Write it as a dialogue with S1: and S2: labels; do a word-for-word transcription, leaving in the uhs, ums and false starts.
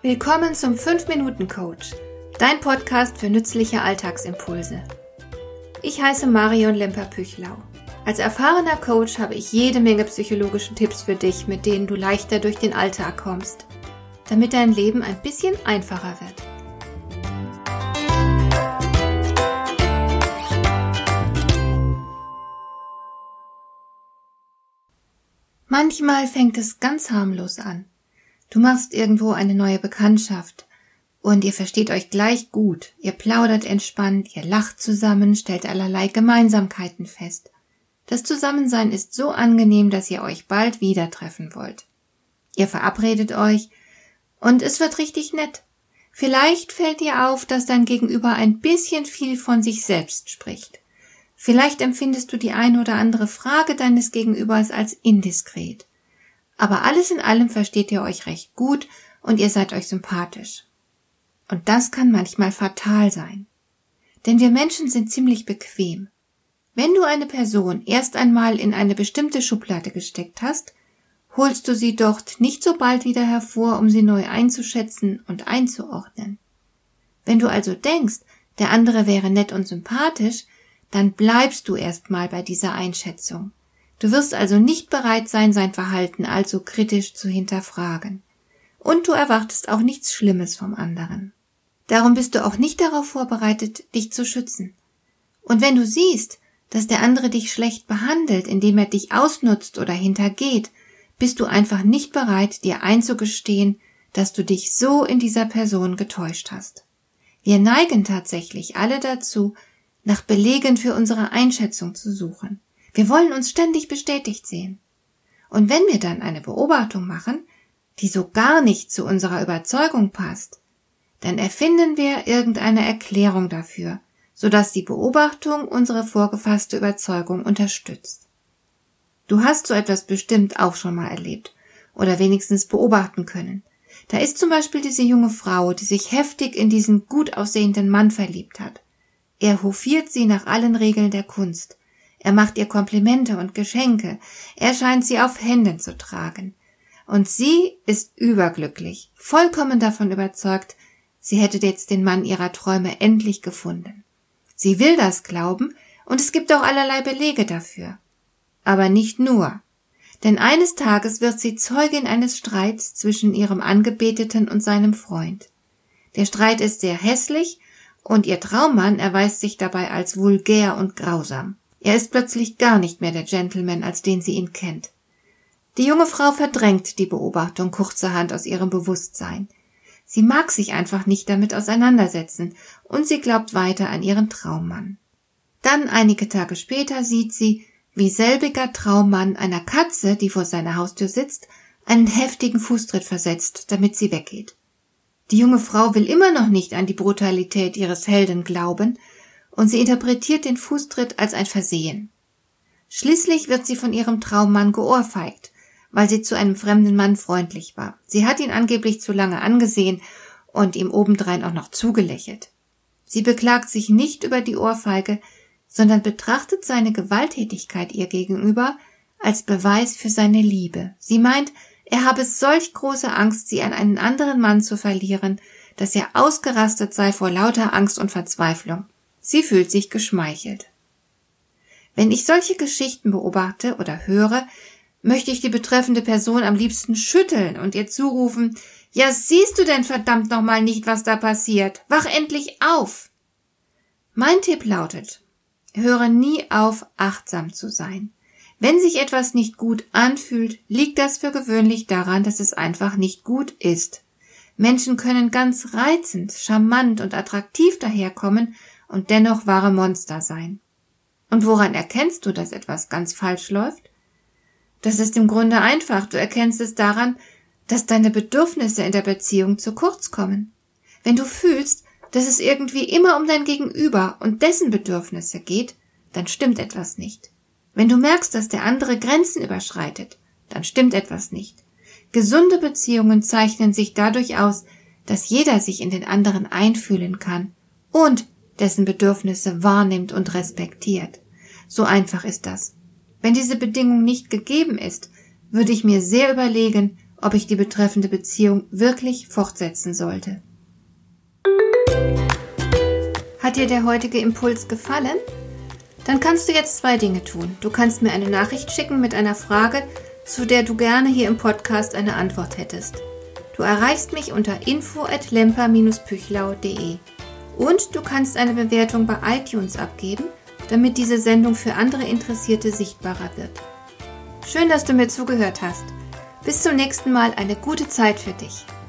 S1: Willkommen zum fünf Minuten Coach, dein Podcast für nützliche Alltagsimpulse. Ich heiße Marion Lemper-Püchlau. Als erfahrener Coach habe ich jede Menge psychologische Tipps für dich, mit denen du leichter durch den Alltag kommst, damit dein Leben ein bisschen einfacher wird. Manchmal fängt es ganz harmlos an. Du machst irgendwo eine neue Bekanntschaft und ihr versteht euch gleich gut. Ihr plaudert entspannt, ihr lacht zusammen, stellt allerlei Gemeinsamkeiten fest. Das Zusammensein ist so angenehm, dass ihr euch bald wieder treffen wollt. Ihr verabredet euch und es wird richtig nett. Vielleicht fällt dir auf, dass dein Gegenüber ein bisschen viel von sich selbst spricht. Vielleicht empfindest du die eine oder andere Frage deines Gegenübers als indiskret. Aber alles in allem versteht ihr euch recht gut und ihr seid euch sympathisch. Und das kann manchmal fatal sein. Denn wir Menschen sind ziemlich bequem. Wenn du eine Person erst einmal in eine bestimmte Schublade gesteckt hast, holst du sie dort nicht so bald wieder hervor, um sie neu einzuschätzen und einzuordnen. Wenn du also denkst, der andere wäre nett und sympathisch, dann bleibst du erstmal bei dieser Einschätzung. Du wirst also nicht bereit sein, sein Verhalten allzu kritisch zu hinterfragen. Und du erwartest auch nichts Schlimmes vom anderen. Darum bist du auch nicht darauf vorbereitet, dich zu schützen. Und wenn du siehst, dass der andere dich schlecht behandelt, indem er dich ausnutzt oder hintergeht, bist du einfach nicht bereit, dir einzugestehen, dass du dich so in dieser Person getäuscht hast. Wir neigen tatsächlich alle dazu, nach Belegen für unsere Einschätzung zu suchen. Wir wollen uns ständig bestätigt sehen. Und wenn wir dann eine Beobachtung machen, die so gar nicht zu unserer Überzeugung passt, dann erfinden wir irgendeine Erklärung dafür, sodass die Beobachtung unsere vorgefasste Überzeugung unterstützt. Du hast so etwas bestimmt auch schon mal erlebt oder wenigstens beobachten können. Da ist zum Beispiel diese junge Frau, die sich heftig in diesen gut aussehenden Mann verliebt hat. Er hofiert sie nach allen Regeln der Kunst. Er macht ihr Komplimente und Geschenke. Er scheint sie auf Händen zu tragen. Und sie ist überglücklich, vollkommen davon überzeugt, sie hätte jetzt den Mann ihrer Träume endlich gefunden. Sie will das glauben und es gibt auch allerlei Belege dafür. Aber nicht nur. Denn eines Tages wird sie Zeugin eines Streits zwischen ihrem Angebeteten und seinem Freund. Der Streit ist sehr hässlich und ihr Traummann erweist sich dabei als vulgär und grausam. Er ist plötzlich gar nicht mehr der Gentleman, als den sie ihn kennt. Die junge Frau verdrängt die Beobachtung kurzerhand aus ihrem Bewusstsein. Sie mag sich einfach nicht damit auseinandersetzen und sie glaubt weiter an ihren Traummann. Dann einige Tage später sieht sie, wie selbiger Traummann einer Katze, die vor seiner Haustür sitzt, einen heftigen Fußtritt versetzt, damit sie weggeht. Die junge Frau will immer noch nicht an die Brutalität ihres Helden glauben, und sie interpretiert den Fußtritt als ein Versehen. Schließlich wird sie von ihrem Traummann geohrfeigt, weil sie zu einem fremden Mann freundlich war. Sie hat ihn angeblich zu lange angesehen und ihm obendrein auch noch zugelächelt. Sie beklagt sich nicht über die Ohrfeige, sondern betrachtet seine Gewalttätigkeit ihr gegenüber als Beweis für seine Liebe. Sie meint, er habe solch große Angst, sie an einen anderen Mann zu verlieren, dass er ausgerastet sei vor lauter Angst und Verzweiflung. Sie fühlt sich geschmeichelt. Wenn ich solche Geschichten beobachte oder höre, möchte ich die betreffende Person am liebsten schütteln und ihr zurufen, ja, siehst du denn verdammt nochmal nicht, was da passiert? Wach endlich auf! Mein Tipp lautet, höre nie auf, achtsam zu sein. Wenn sich etwas nicht gut anfühlt, liegt das für gewöhnlich daran, dass es einfach nicht gut ist. Menschen können ganz reizend, charmant und attraktiv daherkommen und dennoch wahre Monster sein. Und woran erkennst du, dass etwas ganz falsch läuft? Das ist im Grunde einfach. Du erkennst es daran, dass deine Bedürfnisse in der Beziehung zu kurz kommen. Wenn du fühlst, dass es irgendwie immer um dein Gegenüber und dessen Bedürfnisse geht, dann stimmt etwas nicht. Wenn du merkst, dass der andere Grenzen überschreitet, dann stimmt etwas nicht. Gesunde Beziehungen zeichnen sich dadurch aus, dass jeder sich in den anderen einfühlen kann und dessen Bedürfnisse wahrnimmt und respektiert. So einfach ist das. Wenn diese Bedingung nicht gegeben ist, würde ich mir sehr überlegen, ob ich die betreffende Beziehung wirklich fortsetzen sollte. Hat dir der heutige Impuls gefallen? Dann kannst du jetzt zwei Dinge tun. Du kannst mir eine Nachricht schicken mit einer Frage, zu der du gerne hier im Podcast eine Antwort hättest. Du erreichst mich unter info at lemper dash püchlau punkt de. Und du kannst eine Bewertung bei iTunes abgeben, damit diese Sendung für andere Interessierte sichtbarer wird. Schön, dass du mir zugehört hast. Bis zum nächsten Mal, eine gute Zeit für dich.